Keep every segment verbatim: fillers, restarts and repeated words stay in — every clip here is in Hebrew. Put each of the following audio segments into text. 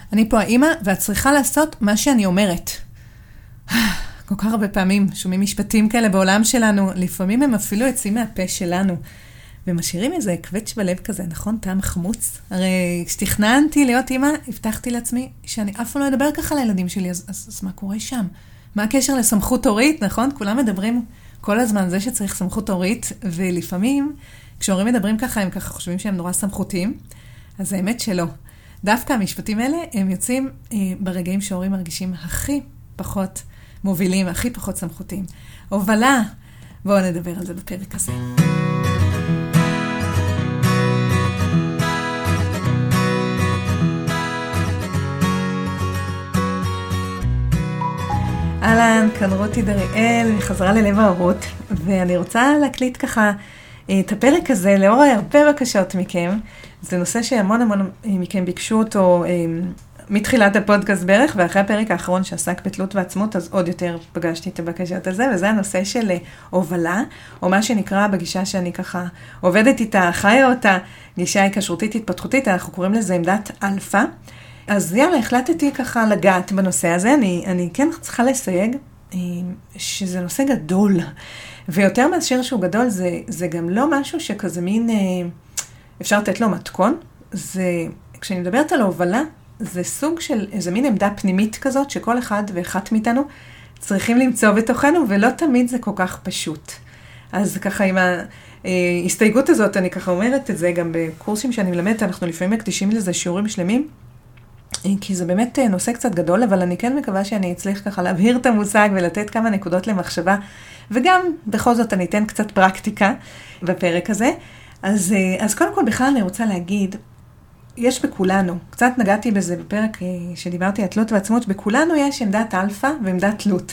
אני פה האמא, ואת צריכה לעשות מה שאני אומרת. כל כך הרבה פעמים שומעים משפטים כאלה בעולם שלנו, לפעמים הם אפילו יוצאים מהפה שלנו, ומשאירים איזה קווץ' בלב כזה, נכון? טעם חמוץ. הרי כשתכננתי להיות אמא, הבטחתי לעצמי שאני אף פעם לא אדבר ככה לילדים שלי, אז, אז, אז מה קורה שם? מה הקשר לסמכות הורית, נכון? כולם מדברים כל הזמן זה שצריך סמכות הורית, ולפעמים כשהורים מדברים ככה, הם ככה חושבים שהם נורא סמכותיים, אז האמת שלא. דווקא המשפטים האלה הם יוצאים אה, ברגעים שההורים מרגישים הכי פחות מובילים, הכי פחות סמכותיים. הובלה, בואו נדבר על זה בפרק הזה. אהלן, כאן רותי דריאל, חזרה ללב ההורות, ואני רוצה להקליט ככה את הפרק הזה לאור הרבה בקשות מכם. זה נושא שהמון המון מכם ביקשו אותו מתחילת הפודקאסט בערך, ואחרי הפרק האחרון שעסק בתלות ועצמות, אז עוד יותר פגשתי את הבקשות הזה, וזה הנושא של הובלה, או מה שנקרא בגישה שאני ככה עובדת איתה, חיה אותה, גישה היקשרותית התפתחותית, אנחנו קוראים לזה עמדת אלפא. אז יאללה, החלטתי ככה לגעת בנושא הזה, אני, אני כן צריכה לסייג שזה נושא גדול, ויותר מאשר שהוא גדול, זה, זה גם לא משהו שכזה מין, אפשר לתת לו מתכון, זה, כשאני מדברת על ההובלה, זה סוג של איזה מין עמדה פנימית כזאת, שכל אחד ואחת מאיתנו צריכים למצוא בתוכנו, ולא תמיד זה כל כך פשוט. אז ככה עם ההסתייגות הזאת, אני ככה אומרת את זה, גם בקורסים שאני מלמדת, אנחנו לפעמים מקדישים לזה שיעורים שלמים, כי זה באמת נושא קצת גדול, אבל אני כן מקווה שאני אצליח ככה להבהיר את המושג ולתת כמה נקודות למחשבה, וגם בכל זאת אני אתן קצת פרקטיקה בפרק הזה. אז, אז קודם כל בכלל אני רוצה להגיד, יש בכולנו, קצת נגעתי בזה בפרק שדיברתי על תלות ועצמות, בכולנו יש עמדת אלפא ועמדת תלות.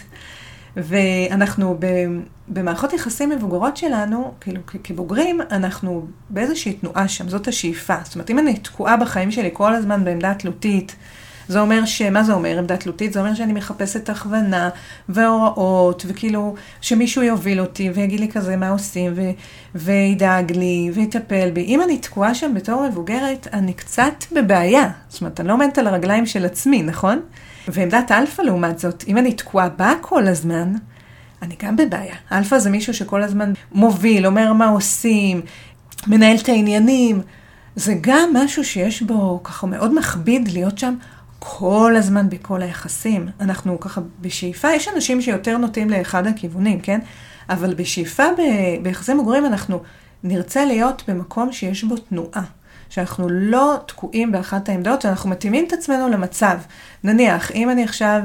ואנחנו במערכות יחסים מבוגרות שלנו, כאילו כבוגרים, אנחנו באיזושהי תנועה שם, זאת השאיפה. זאת אומרת, אם אני תקועה בחיים שלי כל הזמן בעמדה תלותית, זה אומר ש... מה זה אומר עמדה תלותית? זה אומר שאני מחפשת הכוונה והוראות, וכאילו שמישהו יוביל אותי ויגיד לי כזה מה עושים, ו... וידאג לי ויטפל בי. אם אני תקועה שם בתור מבוגרת, אני קצת בבעיה. זאת אומרת, אני לא עומדת על הרגליים של עצמי, נכון? ועמדת אלפא לעומת זאת, אם אני תקועה בה כל הזמן, אני גם בבעיה. אלפא זה מישהו שכל הזמן מוביל, אומר מה עושים, מנהל את העניינים. זה גם משהו שיש בו ככה מאוד מכביד להיות שם כל הזמן בכל היחסים. אנחנו ככה בשאיפה, יש אנשים שיותר נוטים לאחד הכיוונים, כן? אבל בשאיפה ביחסי מבוגרים אנחנו נרצה להיות במקום שיש בו תנועה. שאנחנו לא תקועים באחת העמדות, שאנחנו מתאימים את עצמנו למצב. נניח, אם אני עכשיו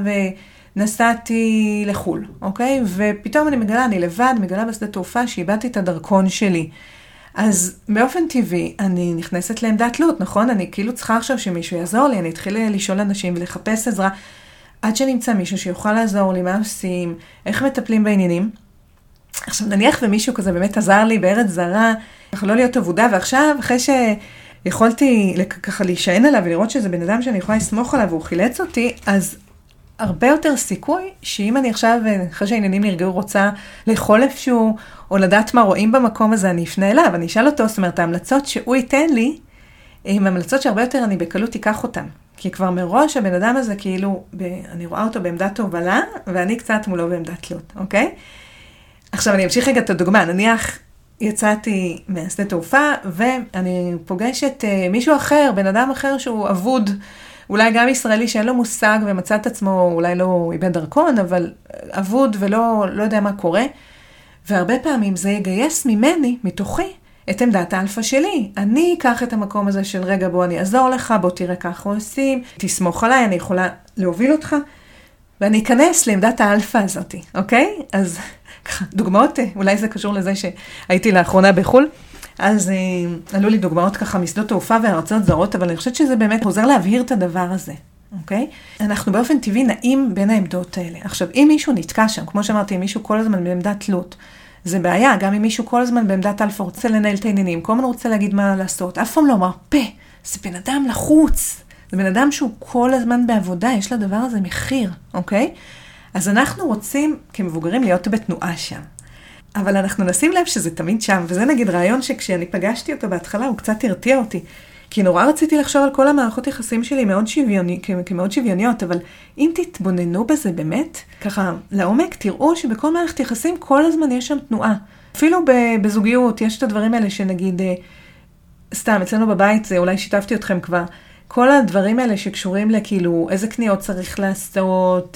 נסעתי לחול, אוקיי? ופתאום אני מגלה, אני לבד, מגלה בשדה תעופה שאיבדתי את הדרכון שלי. אז באופן טבעי, אני נכנסת לעמדת תלות, נכון? אני כאילו צריכה עכשיו שמישהו יעזור לי, אני אתחיל לשאול אנשים ולחפש עזרה, עד שנמצא מישהו שיוכל לעזור לי, מה עושים, איך מטפלים בעניינים. עכשיו, נניח ומישהו כזה באמת עזר לי בארץ זרה, יכול לא להיות עבודה, ועכשיו, אחרי שיכולתי ככה להישען עליו ולראות שזה בן אדם שאני יכולה לסמוך עליו והוא חילץ אותי, אז הרבה יותר סיכוי שאם אני עכשיו, אחרי שהעניינים נרגעו, רוצה לאכול איפשהו, או לדעת מה רואים במקום הזה, אני אפנה אליו, אני אשאל אותו, זאת אומרת, ההמלצות שהוא ייתן לי, הם המלצות שהרבה יותר אני בקלות אקח אותן. כי כבר מראש הבן אדם הזה כאילו, אני רואה אותו בעמדת הובלה, ואני קצת מולו בעמדת תלות, אוקיי? עכשיו אני אמשיך רגע את הדוגמה, נניח יצאתי מהשדה תעופה, ואני פוגשת מישהו אחר, בן אדם אחר שהוא אבוד, אולי גם ישראלי שאין לו מושג ומצא את עצמו, אולי לא איבד דרכון, אבל אבוד ולא לא יודע מה קורה. והרבה פעמים זה יגייס ממני, מתוכי, את עמדת האלפא שלי. אני אקח את המקום הזה של רגע בוא אני אעזור לך, בוא תראה ככה עושים, תסמוך עליי, אני יכולה להוביל אותך, ואני אכנס לעמדת האלפא הזאת, אוקיי? אז ככה, דוגמאות, אולי זה קשור לזה שהייתי לאחרונה בחול, אז אה, עלו לי דוגמאות ככה משדות תעופה וארצות זרות, אבל אני חושבת שזה באמת עוזר להבהיר את הדבר הזה, אוקיי? אנחנו באופן טבעי נעים בין העמדות האלה. עכשיו, אם מישהו נתקע שם, כמו שאמרתי, אם מישהו כל הזמן בעמדת תלות, זה בעיה, גם אם מישהו כל הזמן בעמדת אלפא רוצה לנהל את העניינים, כל הזמן רוצה להגיד מה לעשות, אף פעם לא מרפה, זה בן אדם לחוץ, זה בן אדם שהוא כל הזמן בעבודה, יש לדבר הזה מחיר, אוקיי? אז אנחנו רוצים כמבוגרים להיות בתנועה שם. אבל אנחנו נשים לב שזה תמיד שם, וזה נגיד רעיון שכשאני פגשתי אותו בהתחלה, הוא קצת הרתיע אותי. כי נורא רציתי לחשוב על כל המערכות יחסים שלי מאוד שוויוני, כמאוד שוויוניות, אבל אם תתבוננו בזה באמת, ככה לעומק, תראו שבכל מערכת יחסים כל הזמן יש שם תנועה. אפילו בזוגיות יש את הדברים האלה שנגיד, סתם, אצלנו בבית, זה אולי שיתפתי אתכם כבר, כל הדברים האלה שקשורים לכאילו איזה קניות צריך לעשות,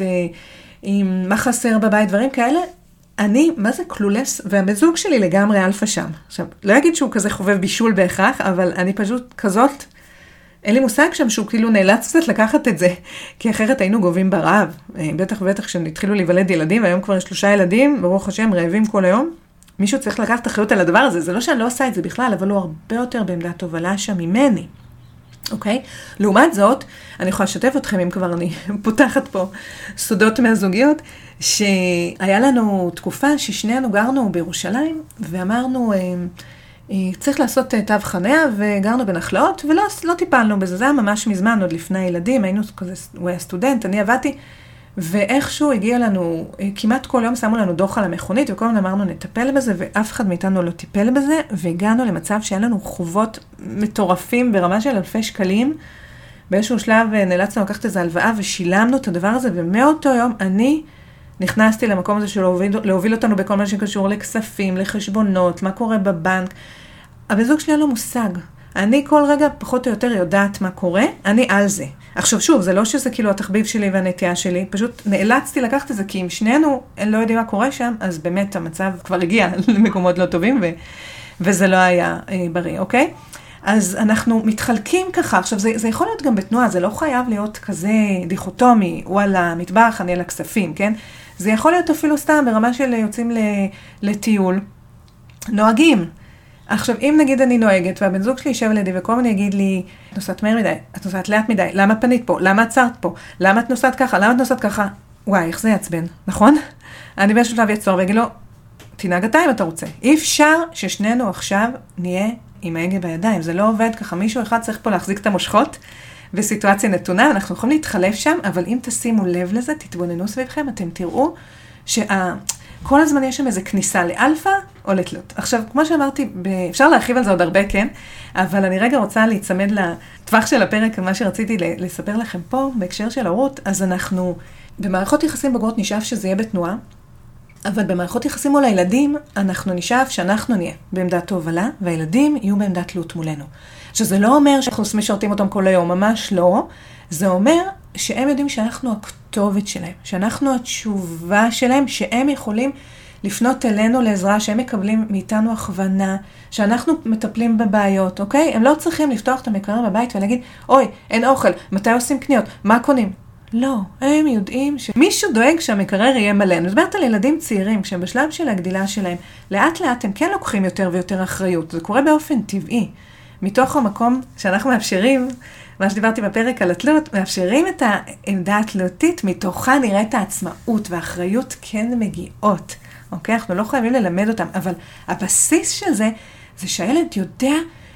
עם מה חסר בבית, דברים כאלה, אני, מה זה קלולס, והמזוג שלי לגמרי אלפא שם. עכשיו, לא אגיד שהוא כזה חובב בישול בהכרח, אבל אני פשוט כזאת, אין לי מושג שם שהוא כאילו נאלץ קצת לקחת את זה, כי אחרת היינו גובים ברעב. בטח ובטח כשהתחילו להיוולד ילדים, והיום כבר שלושה ילדים, ברוך השם, רעבים כל היום. מישהו צריך לקחת אחריות על הדבר הזה, זה לא שאני לא עושה את זה בכלל, אבל הוא הרבה יותר בעמדת הובלה שם ממני. אוקיי? לעומת זאת, אני יכולה לשתף אתכם, אם כבר אני פותחת פה סודות מהזוגיות, שהיה לנו תקופה ששנינו גרנו בירושלים, ואמרנו, צריך לעשות תו חניה, וגרנו בנחלאות, ולא לא טיפלנו בזה, זה היה ממש מזמן, עוד לפני הילדים, היינו כזה, הוא היה סטודנט, אני עבדתי, ואיכשהו הגיע לנו, כמעט כל יום שמו לנו דוח על המכונית, וכל מיני אמרנו נטפל בזה, ואף אחד מאיתנו לא טיפל בזה, והגענו למצב שהיה לנו חובות מטורפים ברמה של אלפי שקלים, באיזשהו שלב נאלצנו לקחת איזו הלוואה, ושילמנו את הדבר הזה, ומאותו יום אני נכנסתי למקום הזה של להוביל, להוביל אותנו בכל מה שקשור לכספים, לחשבונות, מה קורה בבנק. הבן שלי אין לו מושג. אני כל רגע פחות או יותר יודעת מה קורה, אני על זה. עכשיו שוב, זה לא שזה כאילו התחביב שלי והנטייה שלי, פשוט נאלצתי לקחת את זה, כי אם שנינו לא יודעים מה קורה שם, אז באמת המצב כבר הגיע למקומות לא טובים, ו- וזה לא היה אה, בריא, אוקיי? אז אנחנו מתחלקים ככה, עכשיו זה, זה יכול להיות גם בתנועה, זה לא חייב להיות כזה דיכוטומי, הוא על המטבח, אני על הכספים, כן? זה יכול להיות אפילו סתם ברמה של יוצאים לטיול, נוהגים. עכשיו, אם נגיד אני נוהגת, והבן זוג שלי יישב לידי, וכל מיני יגיד לי, את נוסעת מהר מדי, את נוסעת לאט מדי, למה פנית פה, למה עצרת פה, למה את נוסעת ככה, למה את נוסעת ככה, וואי, איך זה יעצבן, נכון? אני באיזשהו שלב יצור ויגיד לו, תנהג אתה אם אתה רוצה. אי אפשר ששנינו עכשיו נהיה עם ההגה בידיים, זה לא עובד ככה, מישהו אחד צריך פה להחזיק את המושכות, בסיטואציה נתונה, אנחנו יכולים להתחלף שם, אבל אם תשימו לב לזה, תתבוננו סביבכם, אתם תראו שכל הזמן יש שם איזו כניסה לאלפא או לתלות. עכשיו, כמו שאמרתי, אפשר להרחיב על זה עוד הרבה, כן? אבל אני רגע רוצה להצמד לטווח של הפרק, מה שרציתי לספר לכם פה, בהקשר של הורות, אז אנחנו, במערכות יחסים בוגרות נשאף שזה יהיה בתנועה, אבל במערכות יחסים מול הילדים, אנחנו נשאף שאנחנו נהיה בעמדת הובלה, והילדים יהיו בעמדת תלות מולנו. שזה לא אומר שאנחנו משרתים אותם כל היום, ממש לא. זה אומר שהם יודעים שאנחנו הכתובת שלהם, שאנחנו התשובה שלהם, שהם יכולים לפנות אלינו לעזרה, שהם מקבלים מאיתנו הכוונה, שאנחנו מטפלים בבעיות, אוקיי? הם לא צריכים לפתוח את המקרר בבית ולהגיד, אוי, אין אוכל, מתי עושים קניות, מה קונים? לא, הם יודעים שמישהו דואג שהמקרר יהיה מלא. אני מדברת על ילדים צעירים, כשהם בשלב של הגדילה שלהם, לאט לאט הם כן לוקחים יותר ויותר אחריות. זה קורה באופן טבעי. מתוך המקום שאנחנו מאפשרים, מה שדיברתי בפרק על התלות, מאפשרים את העמדה התלותית, מתוכה נראית העצמאות והאחריות כן מגיעות. אוקיי? אנחנו לא חייבים ללמד אותם, אבל הבסיס של זה, זה שהילד יודע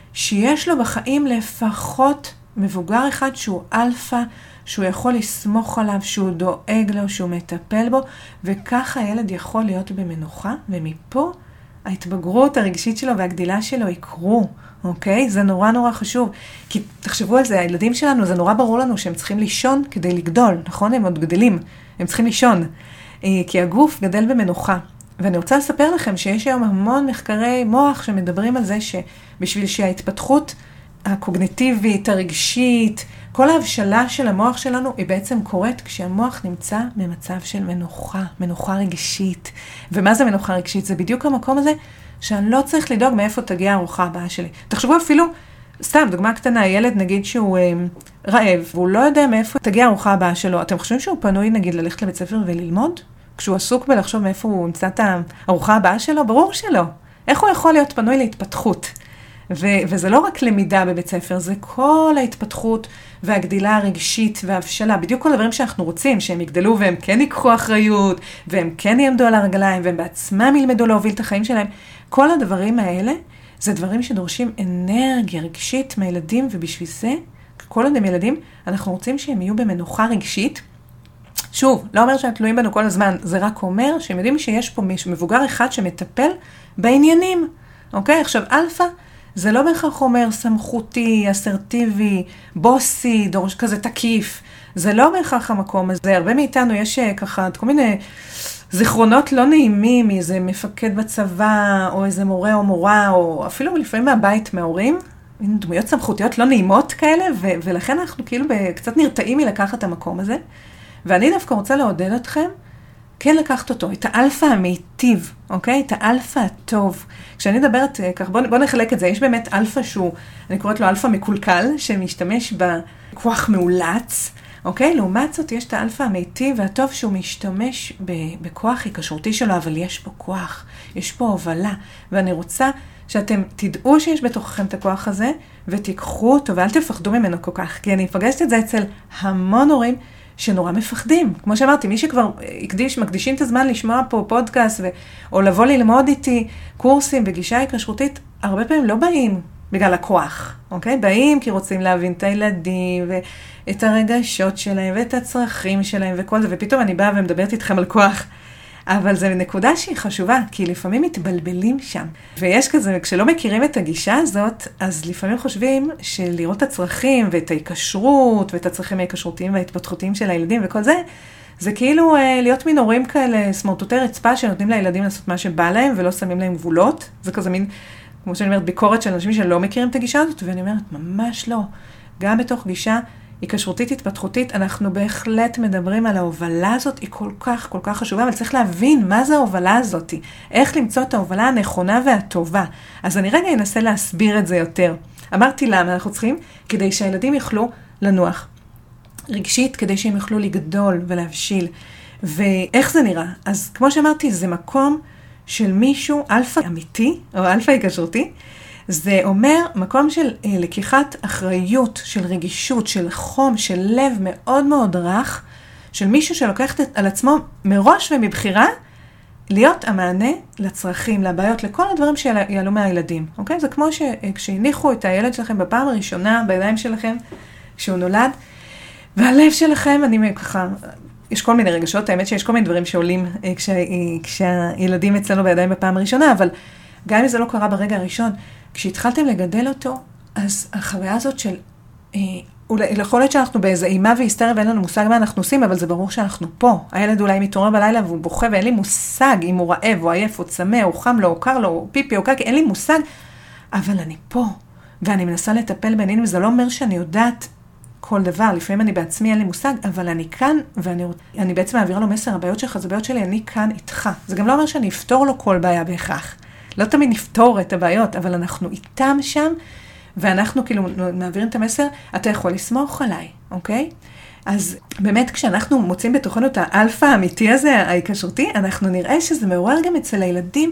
שיש לו בחיים לפחות מבוגר אחד שהוא אלפא, שהוא יכול לסמוך עליו, שהוא דואג לו, שהוא מטפל בו, וככה הילד יכול להיות במנוחה, ומפה ההתבגרות הרגשית שלו והגדילה שלו יקרו, אוקיי? זה נורא נורא חשוב, כי תחשבו על זה, הילדים שלנו, זה נורא ברור לנו שהם צריכים לישון כדי לגדול, נכון? הם עוד גדלים, הם צריכים לישון, כי הגוף גדל במנוחה. ואני רוצה לספר לכם שיש היום המון מחקרי מוח שמדברים על זה שבשביל שההתפתחות הקוגניטיבית, הרגשית, כל ההבשלה של המוח שלנו היא בעצם קורית כשהמוח נמצא במצב של מנוחה, מנוחה רגשית. ומה זה מנוחה רגשית? זה בדיוק המקום הזה שאני לא צריך לדאוג מאיפה תגיע הארוחה הבאה שלי. תחשבו אפילו, סתם, דוגמה קטנה, ילד נגיד שהוא אה, רעב, והוא לא יודע מאיפה תגיע הארוחה הבאה שלו. אתם חושבים שהוא פנוי נגיד ללכת לבית ספר וללמוד? כשהוא עסוק בלחשוב מאיפה הוא ימצא את הארוחה הבאה שלו? ברור שלא. איך הוא יכול להיות פנוי להתפתחות? ו- וזה לא רק למידה בבית ספר, זה כל ההתפתחות והגדילה הרגשית וההבשלה, בדיוק כל הדברים שאנחנו רוצים, שהם יגדלו והם כן ייקחו אחריות, והם כן יעמדו על הרגליים, והם בעצמם ילמדו להוביל את החיים שלהם. כל הדברים האלה, זה דברים שדורשים אנרגיה רגשית מהילדים, ובשביל זה, כל עוד הם ילדים, אנחנו רוצים שהם יהיו במנוחה רגשית. שוב, לא אומר שהם תלויים בנו כל הזמן, זה רק אומר שהם יודעים שיש פה מישהו, מבוגר אחד שמטפל בעניינים. אוקיי? עכשיו, אלפא זה לא בהכרח אומר סמכותי, אסרטיבי, בוסי, דורש כזה תקיף. זה לא בהכרח המקום הזה. הרבה מאיתנו יש ככה כל מיני זיכרונות לא נעימים, מאיזה מפקד בצבא, או איזה מורה או מורה, או אפילו לפעמים מהבית, מההורים. דמויות סמכותיות לא נעימות כאלה, ו- ולכן אנחנו כאילו קצת נרתעים מלקחת את המקום הזה. ואני דווקא רוצה לעודד אתכם, כן לקחת אותו, את האלפא המיטיב, אוקיי? את האלפא הטוב. כשאני מדברת כך, בוא, בוא נחלק את זה. יש באמת אלפא שהוא, אני קוראת לו אלפא מקולקל, שמשתמש בכוח מאולץ, אוקיי? לעומת זאת, יש את האלפא המיטיב והטוב שהוא משתמש בכוח היקשרותי שלו, אבל יש פה כוח, יש פה הובלה, ואני רוצה שאתם תדעו שיש בתוככם את הכוח הזה, ותיקחו אותו, ואל תפחדו ממנו כל כך, כי אני פגשת את זה אצל המון הורים שנורא מפחדים. כמו שאמרתי, מי שכבר הקדיש, מקדישים את הזמן לשמוע פה פודקאסט, ו... או לבוא ללמוד איתי קורסים בגישה היקשרותית, הרבה פעמים לא באים בגלל הכוח, אוקיי? באים כי רוצים להבין את הילדים, ואת הרגשות שלהם, ואת הצרכים שלהם, וכל זה, ופתאום אני באה ומדברת איתכם על כוח. אבל זו נקודה שהיא חשובה, כי לפעמים מתבלבלים שם. ויש כזה, כשלא מכירים את הגישה הזאת, אז לפעמים חושבים שלראות את הצרכים ואת ההיקשרות, ואת הצרכים ההיקשרותיים וההתפתחותיים של הילדים וכל זה, זה כאילו אה, להיות מין הורים כאלה, סמרטוטי רצפה, שנותנים לילדים לעשות מה שבא להם, ולא שמים להם גבולות. זה כזה מין, כמו שאני אומרת, ביקורת של אנשים שלא מכירים את הגישה הזאת, ואני אומרת, ממש לא. גם בתוך גישה היקשרותית התפתחותית, אנחנו בהחלט מדברים על ההובלה הזאת, היא כל כך, כל כך חשובה, אבל צריך להבין מה זה ההובלה הזאת, איך למצוא את ההובלה הנכונה והטובה. אז אני רגע אנסה להסביר את זה יותר. אמרתי למה אנחנו צריכים, כדי שהילדים יוכלו לנוח רגשית, כדי שהם יוכלו לגדול ולהבשיל. ואיך זה נראה? אז כמו שאמרתי, זה מקום של מישהו אלפא אמיתי, או אלפא היקשרותי, זה אומר מקום של אה, לקיחת אחריות, של רגישות, של חום, של לב מאוד מאוד רך, של מישהו שלוקח על עצמו מראש ומבחירה, להיות המענה לצרכים, לבעיות, לכל הדברים שיעלו מהילדים. אוקיי? זה כמו שכשהניחו את הילד שלכם בפעם הראשונה, בידיים שלכם, כשהוא נולד, והלב שלכם, אני ככה, יש כל מיני רגשות, האמת שיש כל מיני דברים שעולים אה, כשה, אה, כשהילדים אצלנו בידיים בפעם הראשונה, אבל גם אם זה לא קרה ברגע הראשון, כשהתחלתם לגדל אותו, אז החוויה הזאת של, אה, אולי, יכול להיות שאנחנו באיזו אימה והיסטריה ואין לנו מושג מה אנחנו עושים, אבל זה ברור שאנחנו פה. הילד אולי מתעורר בלילה והוא בוכה ואין לי מושג אם הוא רעב או עייף או צמא או חם לו או קר לו או פיפי או קקי, אין לי מושג, אבל אני פה ואני מנסה לטפל בעניינים, וזה לא אומר שאני יודעת כל דבר, לפעמים אני בעצמי אין לי מושג, אבל אני כאן ואני אני בעצם מעבירה לו מסר, הבעיות שלך, זה בעיות שלי, אני כאן איתך. זה גם לא אומר שאני אפתור לו כל בעיה בהכרח. לא תמיד נפתור את הבעיות, אבל אנחנו איתם שם, ואנחנו כאילו מעבירים את המסר, אתה יכול לסמוך עליי, אוקיי? אז באמת כשאנחנו מוצאים בתוכנו את האלפא האמיתי הזה, ההיקשרותי, אנחנו נראה שזה מעורר גם אצל הילדים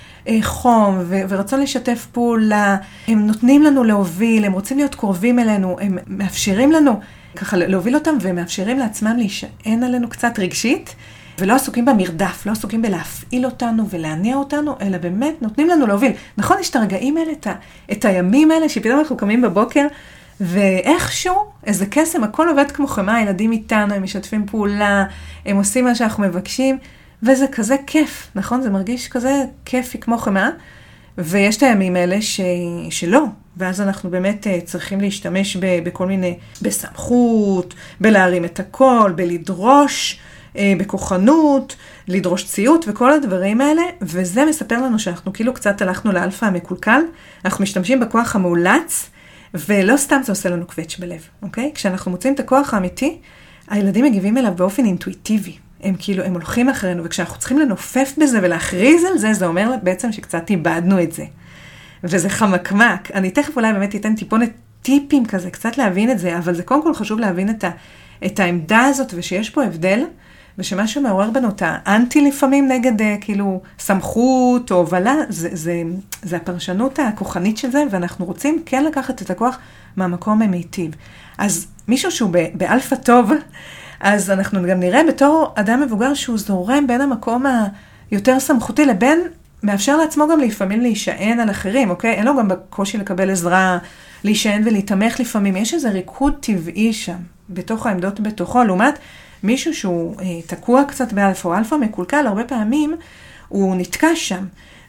חום ו- ורצון לשתף פעולה, הם נותנים לנו להוביל, הם רוצים להיות קרובים אלינו, הם מאפשרים לנו ככה להוביל אותם, ומאפשרים לעצמם להישען עלינו קצת רגשית, ולא עסוקים במרדף, לא עסוקים בלהפעיל אותנו ולהניע אותנו, אלא באמת נותנים לנו להוביל. נכון, יש את הרגעים האלה, את, ה- את הימים האלה, שפתאום אנחנו קמים בבוקר, ואיכשהו, איזה קסם, הכל עובד כמו חמה, הילדים איתנו, הם משתפים פעולה, הם עושים מה שאנחנו מבקשים, וזה כזה כיף, נכון? זה מרגיש כזה כיפי כמו חמה, ויש את הימים האלה ש... שלא, ואז אנחנו באמת צריכים להשתמש ב... בכל מיני, בסמכות, בלהרים את הכל, בלדרוש, בכוחנות, לדרוש ציות וכל הדברים האלה, וזה מספר לנו שאנחנו כאילו קצת הלכנו לאלפא המקולקל, אנחנו משתמשים בכוח המאולץ, ולא סתם זה עושה לנו קווץ' בלב, אוקיי? כשאנחנו מוצאים את הכוח האמיתי, הילדים מגיבים אליו באופן אינטואיטיבי. הם כאילו, הם הולכים אחרינו, וכשאנחנו צריכים לנופף בזה ולהכריז על זה, זה אומר בעצם שקצת איבדנו את זה. וזה חמקמק. אני תכף אולי באמת אתן טיפונת טיפים כזה, קצת להבין את זה, אבל זה קודם כל חשוב להבין את, ה, את העמדה הזאת, ושיש פה הבדל, ושמשהו מעורר בנו את האנטי לפעמים נגד כאילו סמכות או הובלה, זה, זה, זה הפרשנות הכוחנית של זה, ואנחנו רוצים כן לקחת את הכוח מהמקום המיטיב. אז מישהו שהוא באלפא טוב, אז אנחנו גם נראה בתור אדם מבוגר שהוא זורם בין המקום היותר סמכותי לבין, מאפשר לעצמו גם לפעמים להישען על אחרים, אוקיי? אין לו גם בקושי לקבל עזרה, להישען ולהתמך לפעמים. יש איזה ריקוד טבעי שם, בתוך העמדות בתוכו, לעומת מישהו שהוא אה, תקוע קצת באלפא או אלפא מקולקל, הרבה פעמים הוא נתקע שם.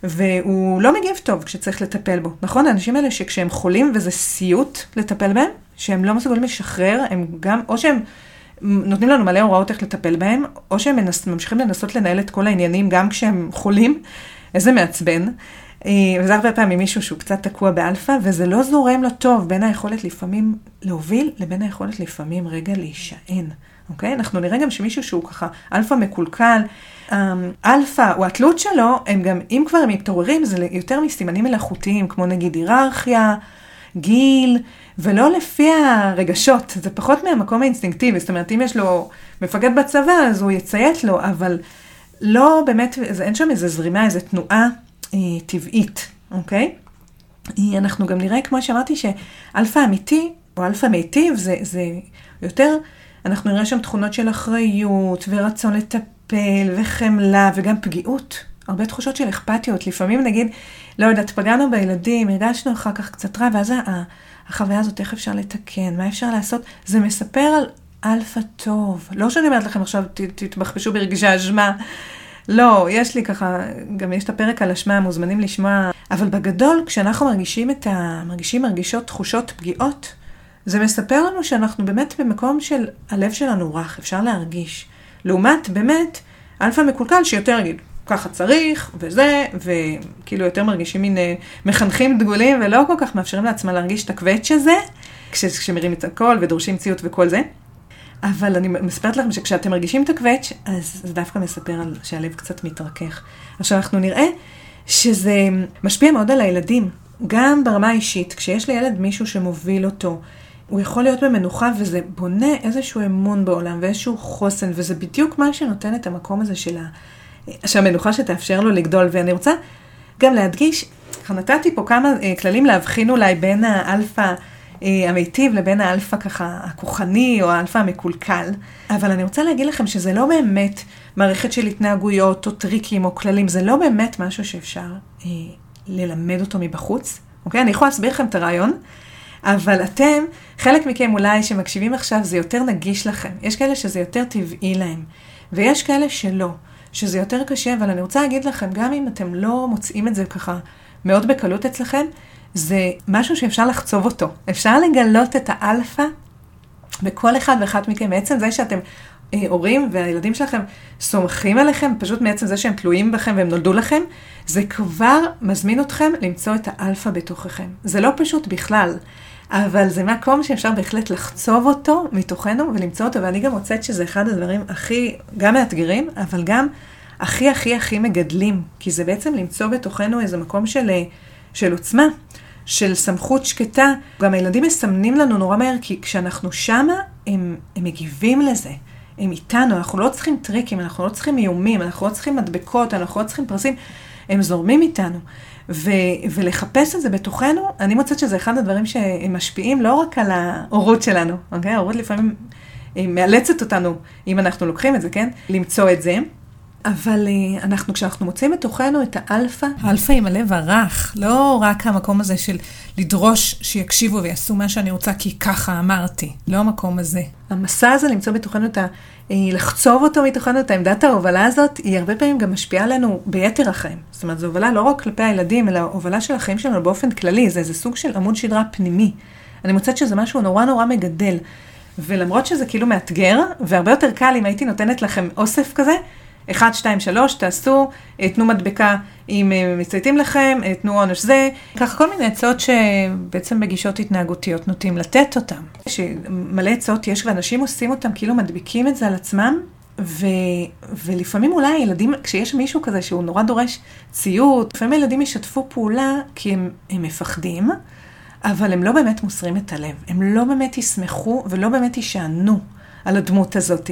והוא לא מגיב טוב כשצריך לטפל בו. נכון? האנשים האלה שכשהם חולים וזה סיוט לטפל בהם, שהם לא מסוגלים לשחרר, הם גם, או שהם נותנים לנו מלא הוראות איך לטפל בהם, או שהם מנס, ממשיכים לנסות לנהל את כל העניינים גם כשהם חולים, איזה מעצבן. וזה הרבה פעמים מישהו שהוא קצת תקוע באלפא, וזה לא זורם לו טוב בין היכולת לפעמים להוביל, לבין היכולת לפעמים רגע להישען. אוקיי? אנחנו נראה גם שמישהו שהוא ככה אלפא מקולקל, אלפא או התלות שלו, הם גם, אם כבר הם מתעוררים, זה יותר מסימנים מלאכותיים, כמו נגיד היררכיה, גיל, ולא לפי הרגשות, זה פחות מהמקום האינסטינקטיבי, זאת אומרת, אם יש לו מפקד בצבא, אז הוא יציית לו, אבל לא באמת, אין שם איזו זרימה, איזו תנועה אה, טבעית, אוקיי? אנחנו גם נראה, כמו שאמרתי, שאלפא אמיתי, או אלפא מיטיב, זה, זה יותר, אנחנו נראה שם תכונות של אחריות, ורצון לטפל, וחמלה, וגם פגיעות. הרבה תחושות של אכפתיות. לפעמים נגיד, לא יודעת, פגענו בילדים, הרגשנו אחר כך קצת רע, ואז החוויה הזאת, איך אפשר לתקן, מה אפשר לעשות? זה מספר על אלפא טוב. לא שאני אומרת לכם עכשיו, תתבחבשו ברגשי אשמה. לא, יש לי ככה, גם יש את הפרק על אשמה, מוזמנים לשמוע. אבל בגדול, כשאנחנו מרגישים את ה... מרגישים מרגישות תחושות פגיעות, זה מספר לנו שאנחנו באמת במקום של הלב שלנו רך, אפשר להרגיש. לעומת באמת, אלפא מקולקל שיותר יגיד, ככה צריך, וזה, וכאילו יותר מרגישים מין מחנכים דגולים, ולא כל כך מאפשרים לעצמה להרגיש את הקווץ' הזה, כשמרים את הכל ודורשים ציות וכל זה. אבל אני מספרת לכם שכשאתם מרגישים את הקווץ', אז זה דווקא מספר על שהלב קצת מתרכך. עכשיו אנחנו נראה שזה משפיע מאוד על הילדים, גם ברמה האישית, כשיש לילד מישהו שמוביל אותו, הוא יכול להיות במנוחה, וזה בונה איזשהו אמון בעולם, ואיזשהו חוסן, וזה בדיוק מה שנותן את המקום הזה של ה... שהמנוחה שתאפשר לו לגדול. ואני רוצה גם להדגיש, נתתי פה כמה כללים להבחין אולי בין האלפא המיטיב לבין האלפא ככה הכוחני או האלפא המקולקל, אבל אני רוצה להגיד לכם שזה לא באמת מערכת של התנהגויות או טריקים או כללים, זה לא באמת משהו שאפשר אה, ללמד אותו מבחוץ. אוקיי? אני יכולה להסביר לכם את הרעיון, אבל אתם, חלק מכם אולי שמקשיבים עכשיו, זה יותר נגיש לכם. יש כאלה שזה יותר טבעי להם, ויש כאלה שלא, שזה יותר קשה, אבל אני רוצה להגיד לכם, גם אם אתם לא מוצאים את זה ככה מאוד בקלות אצלכם, זה משהו שאפשר לחצוב אותו. אפשר לגלות את האלפא בכל אחד ואחת מכם. בעצם זה שאתם אה, הורים והילדים שלכם סומכים עליכם, פשוט מעצם זה שהם תלויים בכם והם נולדו לכם, זה כבר מזמין אתכם למצוא את האלפא בתוככם. זה לא פשוט בכלל, אבל זה מקום שאפשר בהחלט לחצוב אותו מתוכנו ולמצוא אותו, ואני גם מוצאת שזה אחד הדברים הכי, גם מאתגרים, אבל גם הכי הכי הכי מגדלים, כי זה בעצם למצוא בתוכנו איזה מקום של, של עוצמה, של סמכות שקטה. גם הילדים מסמנים לנו נורא מהר, כי כשאנחנו שמה, הם, הם מגיבים לזה. הם איתנו, אנחנו לא צריכים טריקים, אנחנו לא צריכים איומים, אנחנו לא צריכים מדבקות, אנחנו לא צריכים פרסים, הם זורמים איתנו. ו- ולחפש את זה בתוכנו, אני מוצאת שזה אחד הדברים שהם משפיעים לא רק על ההורות שלנו, אוקיי? ההורות לפעמים מאלצת אותנו, אם אנחנו לוקחים את זה, כן? למצוא את זה. אבל אנחנו, כשאנחנו מוצאים בתוכנו את האלפא, האלפא עם הלב הרך, לא רק המקום הזה של לדרוש שיקשיבו ויעשו מה שאני רוצה, כי ככה אמרתי, לא המקום הזה. המסע הזה למצוא בתוכנו את ה... לחצוב אותו מתוכנו, את העמדת ההובלה הזאת, היא הרבה פעמים גם משפיעה עלינו ביתר החיים. זאת אומרת, זו הובלה לא רק כלפי הילדים, אלא הובלה של החיים שלנו באופן כללי. זה איזה סוג של עמוד שדרה פנימי. אני מוצאת שזה משהו נורא נורא מגדל. ולמרות שזה כאילו מאתגר, והרבה יותר קל אם הייתי נותנת לכם אוסף כזה, אחד, שתיים, שלוש, תעשו, תנו מדבקה אם מצייתים לכם, תנו עונש זה, ככה כל מיני עצות שבעצם בגישות התנהגותיות נוטים לתת אותם. שמלא עצות יש ואנשים עושים אותם, כאילו מדביקים את זה על עצמם, ו... ולפעמים אולי ילדים, כשיש מישהו כזה שהוא נורא דורש ציות, לפעמים הילדים ישתפו פעולה כי הם, הם מפחדים, אבל הם לא באמת מוסרים את הלב, הם לא באמת ישמחו ולא באמת ישענו על הדמות הזאת.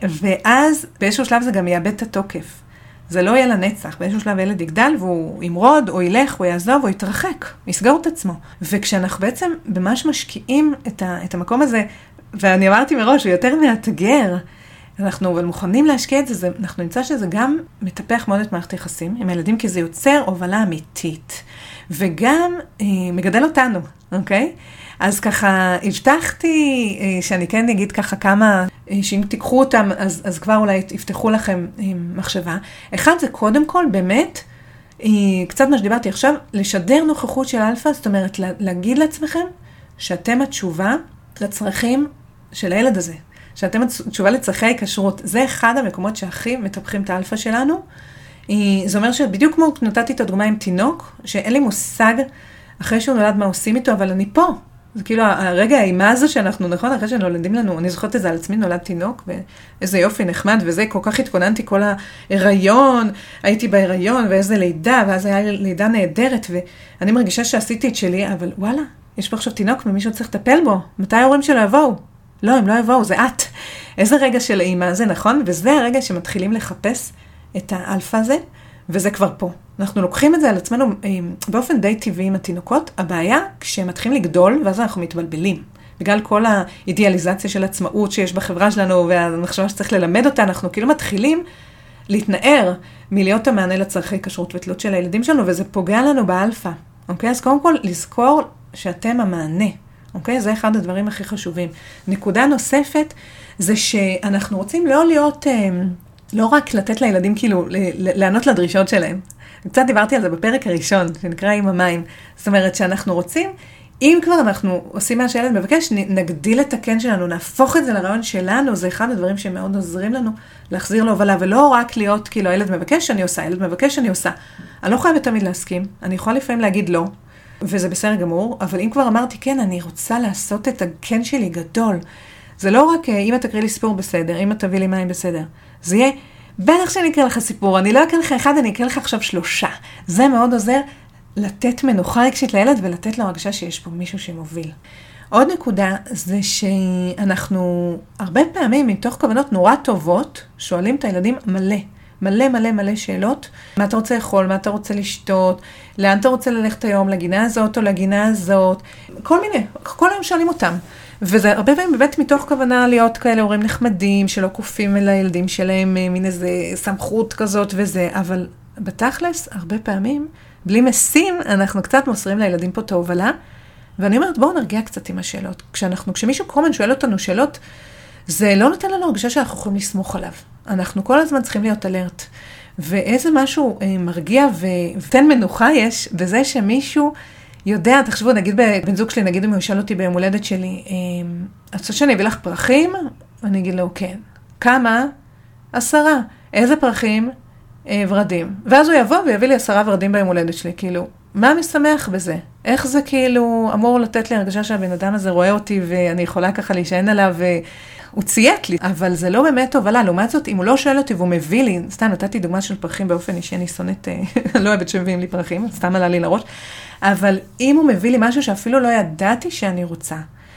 ואז באיזשהו שלב זה גם יאבד את התוקף. זה לא יהיה לנצח. באיזשהו שלב ילד יגדל והוא ימרוד או ילך או יעזוב או יתרחק, יסגור את עצמו. וכשאנחנו בעצם ממש משקיעים את, ה, את המקום הזה, ואני אמרתי מראש, הוא יותר מאתגר, אנחנו אבל מוכנים להשקיע את זה, זה, אנחנו נמצא שזה גם מטפח מאוד את מערכת היחסים עם הילדים, כי זה יוצר הובלה אמיתית. וגם אה, מגדל אותנו, אוקיי? אז ככה, הבטחתי שאני כן אגיד ככה כמה, שאם תיקחו אותם, אז, אז כבר אולי יפתחו לכם מחשבה. אחד זה קודם כל באמת היא קצת מה שדיברתי עכשיו, לשדר נוכחות של אלפא, זאת אומרת, להגיד לעצמכם שאתם התשובה לצרכים של הילד הזה, שאתם התשובה לצרכי ההיקשרות. זה אחד המקומות שהכי מטפחים את האלפא שלנו. זה אומר שבדיוק כמו נתתי את הדוגמה עם תינוק, שאין לי מושג אחרי שהוא נולד מה עושים איתו, אבל אני פה. זה כאילו הרגע האימה הזו שאנחנו, נכון, אחרי שנולדים לנו, אני זוכרת את זה על עצמי, נולד תינוק, ואיזה יופי נחמד, וזה כל כך התכוננתי כל ההיריון, הייתי בהיריון, ואיזה לידה, ואז היה לידה נהדרת, ואני מרגישה שעשיתי את שלי, אבל וואלה, יש פה עכשיו תינוק ומישהו צריך לטפל בו, מתי ההורים שלו יבואו? לא, הם לא יבואו, זה את. איזה רגע של אימה זה, נכון? וזה הרגע שמתחילים לחפש את האלפא הזה, וזה כבר פה. אנחנו לוקחים את זה על עצמנו באופן די טבעי עם התינוקות. הבעיה, כשהם מתחילים לגדול, ואז אנחנו מתבלבלים. בגלל כל האידיאליזציה של עצמאות שיש בחברה שלנו, והמחשבה שצריך ללמד אותה, אנחנו כאילו מתחילים להתנער מלהיות המענה לצרכי כשרות ותלות של הילדים שלנו, וזה פוגע לנו באלפא. אוקיי? אז קודם כל, לזכור שאתם המענה. אוקיי? זה אחד הדברים הכי חשובים. נקודה נוספת, זה שאנחנו רוצים לא להיות... לא רק לתת לילדים כאילו, לענות לדרישות שלהם. קצת דיברתי על זה בפרק הראשון, שנקרא עם המים. זאת אומרת שאנחנו רוצים, אם כבר אנחנו עושים מה שהילד מבקש, נגדיל את הכן שלנו, נהפוך את זה לרעיון שלנו, זה אחד הדברים שמאוד עוזרים לנו להחזיר להובלה, ולא רק להיות כאילו, הילד מבקש, אני עושה, הילד מבקש, אני עושה. אני לא חייבת תמיד להסכים, אני יכולה לפעמים להגיד לא, וזה בסדר גמור, אבל אם כבר אמרתי, כן, אני רוצה לעשות את הכן שלי גדול. זה לא רק, אם אתה תקריא לי סיפור בסדר, אם אתה תביא לי מים בסדר. זה יהיה, בטח שאני אקריא לך סיפור, אני לא אקריא לך אחד, אני אקריא לך עכשיו שלושה. זה מאוד עוזר לתת מנוחה רגשית לילד, ולתת לו הרגשה שיש פה מישהו שמוביל. עוד נקודה, זה שאנחנו הרבה פעמים, מתוך כוונות נורא טובות, שואלים את הילדים מלא, מלא מלא מלא שאלות. מה אתה רוצה לאכול, מה אתה רוצה לשתות, לאן אתה רוצה ללכת היום, לגינה הזאת או לגינה הזאת, כל מיני, כל היום שואלים אותם. וזה הרבה פעמים באמת מתוך כוונה להיות כאלה הורים נחמדים, שלא קופים אל הילדים שלהם, מין איזה סמכות כזאת וזה, אבל בתכלס, הרבה פעמים, בלי משים, אנחנו קצת מוסרים לילדים פה את ההובלה, ואני אומרת, בואו נרגיע קצת עם השאלות. כשאנחנו, כשמישהו קרומן שואל אותנו שאלות, זה לא נותן לנו הרגשה שאנחנו יכולים לסמוך עליו. אנחנו כל הזמן צריכים להיות אלרט. ואיזה משהו אה, מרגיע ותן מנוחה יש, בזה שמישהו יודע, תחשבו, נגיד בבן זוג שלי, נגיד אם הוא ישאל אותי ביום הולדת שלי, את חושבת שאני אביא לך פרחים? אני אגיד לו, כן. כמה? עשרה. איזה פרחים? ורדים. ואז הוא יבוא ויביא לי עשרה ורדים ביום הולדת שלי. כאילו, מה משמח בזה? איך זה כאילו אמור לתת לי הרגשה שהבן אדם הזה רואה אותי ואני יכולה ככה להישען עליו והוא ציית לי, אבל זה לא באמת הובלה. לעומת זאת, אם הוא לא שואל אותי והוא מביא לי, סתם נתתי דוגמה של פרחים באופן אישי, אני שונאת, לא אוהבת שמביאים לי פרחים, סתם עלה לי לראש, אבל אם הוא מביא לי משהו שאפילו לא ידעתי שאני רוצה,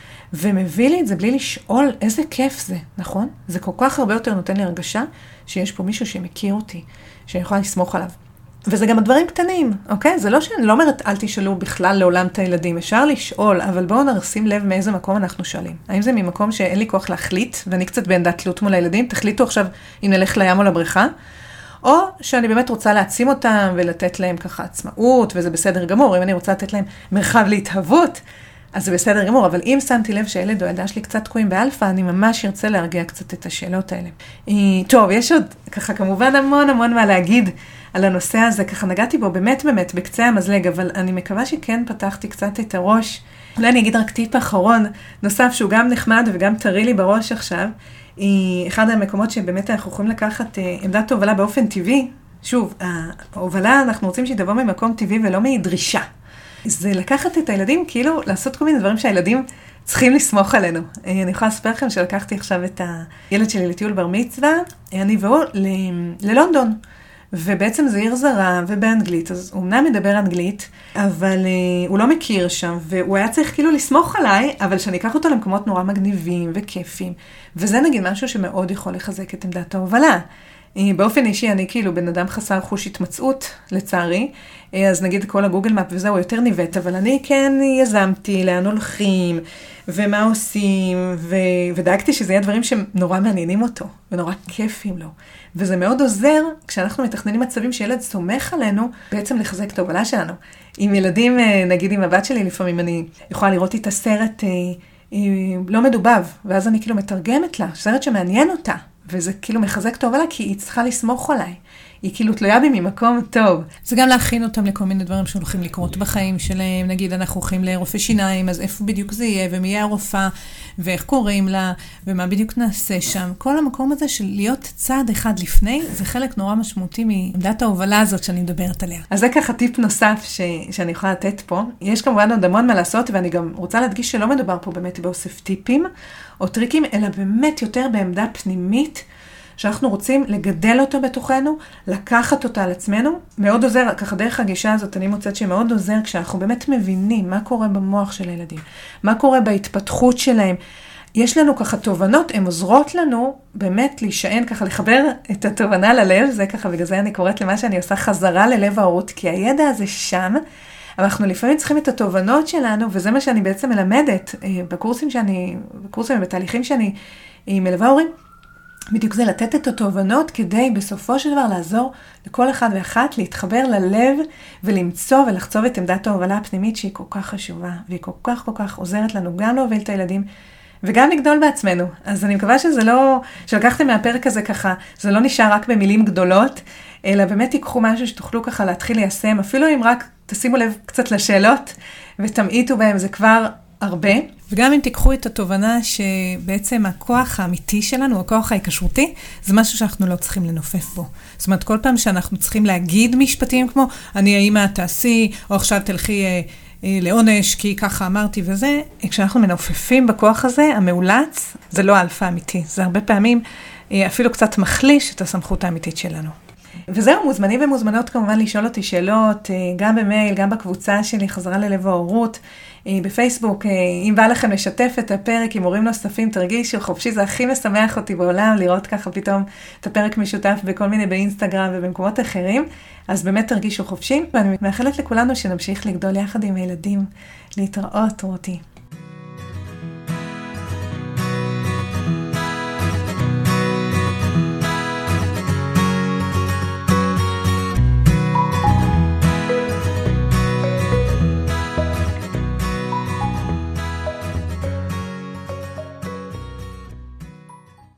ומביא לי את זה בלי לשאול, איזה כיף זה, נכון? זה כל כך הרבה יותר נותן לי הרגשה שיש פה מישהו שמכיר אותי, שאני יכולה לסמוך עליו. וזה גם הדברים קטנים, אוקיי? זה לא שאני לא אומרת, אל תשאלו בכלל לעולם את הילדים. אפשר לשאול, אבל בואו נרשים לב מאיזה מקום אנחנו שואלים. האם זה ממקום שאין לי כוח להחליט, ואני קצת בעמדת תלות מול הילדים, תחליטו עכשיו אם נלך לים או לבריכה, או שאני באמת רוצה להעצים אותם ולתת להם ככה עצמאות, וזה בסדר גמור. אם אני רוצה לתת להם מרחב להתהוות, אז זה בסדר גמור. אבל אם שמתי לב שהילד או ילדה שלי קצת תקועים באלפא, אני ממש ארצה להרגיע קצת את השאלות האלה. טוב, יש עוד ככה כמובן המון המון מה להגיד על הנושא הזה, ככה נגעתי בו באמת באמת בקצה המזלג, אבל אני מקווה שכן פתחתי קצת את הראש. אולי אני אגיד רק טיפ אחרון נוסף שהוא גם נחמד וגם טרי לי בראש עכשיו, היא אחד המקומות שבאמת אנחנו יכולים לקחת עמדת הובלה באופן טבעי. שוב, ההובלה אנחנו רוצים שהיא תבוא ממקום טבעי ולא מדרישה. זה לקחת את הילדים, כאילו לעשות כל מיני דברים שהילדים צריכים לסמוך עלינו. אני יכולה לספר לכם שלקחתי עכשיו את הילד שלי לטיול בר מצווה, אני והוא ל- ללונדון. ובעצם זה עיר זרה ובאנגלית, אז הוא אמנם מדבר אנגלית, אבל uh, הוא לא מכיר שם, והוא היה צריך כאילו לסמוך עליי, אבל שאני אקח אותו למקומות נורא מגניבים וכיפים, וזה נגיד משהו שמאוד יכול לחזק את עמדת ההובלה. Uh, באופן אישי אני כאילו בן אדם חסר חוש התמצאות, לצערי, uh, אז נגיד כל הגוגל מאפ וזהו יותר ניבט, אבל אני כן יזמתי לאן הולכים, ומה עושים, ו... ודאגתי שזה יהיה דברים שנורא מעניינים אותו, ונורא כיפים לו. וזה מאוד עוזר, כשאנחנו מתכננים מצבים שילד סומך עלינו, בעצם לחזק את ההובלה שלנו. עם ילדים, נגיד עם הבת שלי, לפעמים אני יכולה לראות את הסרט לא מדובב, ואז אני כאילו מתרגמת לה, סרט שמעניין אותה, וזה כאילו מחזק את ההובלה, כי היא צריכה לסמוך עליי. היא כאילו תלויה בי ממקום טוב. זה גם להכין אותם לכל מיני דברים שהולכים לקרות בחיים שלהם. נגיד, אנחנו הולכים לרופא שיניים, אז איפה בדיוק זה יהיה, ומי יהיה הרופאה, ואיך קוראים לה, ומה בדיוק נעשה שם. כל המקום הזה של להיות צעד אחד לפני, זה חלק נורא משמעותי מעמדת ההובלה הזאת שאני מדברת עליה. אז זה ככה טיפ נוסף ש... שאני יכולה לתת פה. יש כמובן עוד המון מה לעשות, ואני גם רוצה להדגיש שלא מדובר פה באמת באוסף טיפים או טריקים, אלא באמת יותר בעמדה פנימית, שאנחנו רוצים לגדל אותו בתוכנו, לקחת אותה על עצמנו. מאוד עוזר, ככה דרך הגישה הזאת, אני מוצאת שמאוד עוזר כשאנחנו באמת מבינים מה קורה במוח של הילדים, מה קורה בהתפתחות שלהם. יש לנו ככה תובנות, הן עוזרות לנו באמת להישען, ככה לחבר את התובנה ללב, זה ככה, בגלל זה אני קוראת למה שאני עושה חזרה ללב ההורות, כי הידע הזה שם, אבל אנחנו לפעמים צריכים את התובנות שלנו, וזה מה שאני בעצם מלמדת בקורסים שאני, בקורסים ובתהליכים שאני מלווה הורים, בדיוק זה לתת את התובנות כדי בסופו של דבר לעזור לכל אחד ואחת להתחבר ללב ולמצוא ולחצוב את עמדת ההובלה הפנימית שהיא כל כך חשובה, והיא כל כך כל כך עוזרת לנו גם להוביל את הילדים וגם לגדול בעצמנו. אז אני מקווה שזה לא, שלקחתם מהפרק הזה ככה, זה לא נשאר רק במילים גדולות, אלא באמת תיקחו משהו שתוכלו ככה להתחיל ליישם, אפילו אם רק תשימו לב קצת לשאלות ותמעיטו בהם, זה כבר הרבה. וגם אם תיקחו את התובנה שבעצם הכוח האמיתי שלנו, הכוח ההיקשרותי, זה משהו שאנחנו לא צריכים לנופף בו. זאת אומרת, כל פעם שאנחנו צריכים להגיד משפטים כמו, אני האמא תעשי, או עכשיו תלכי אה, אה, לעונש, כי ככה אמרתי וזה, כשאנחנו מנופפים בכוח הזה, המאולץ, זה לא האלפא האמיתי. זה הרבה פעמים אה, אפילו קצת מחליש את הסמכות האמיתית שלנו. וזהו, מוזמנים ומוזמנות כמובן לשאול אותי שאלות, גם במייל, גם בקבוצה שלי, חזרה ללב ההורות, בפייסבוק. אם בא לכם לשתף את הפרק עם הורים נוספים, תרגישו חופשי, זה הכי משמח אותי בעולם, לראות ככה פתאום את הפרק משותף בכל מיני באינסטגרם ובמקומות אחרים, אז באמת תרגישו חופשי, ואני מאחלת לכולנו שנמשיך לגדול יחד עם הילדים, להתראות רותי.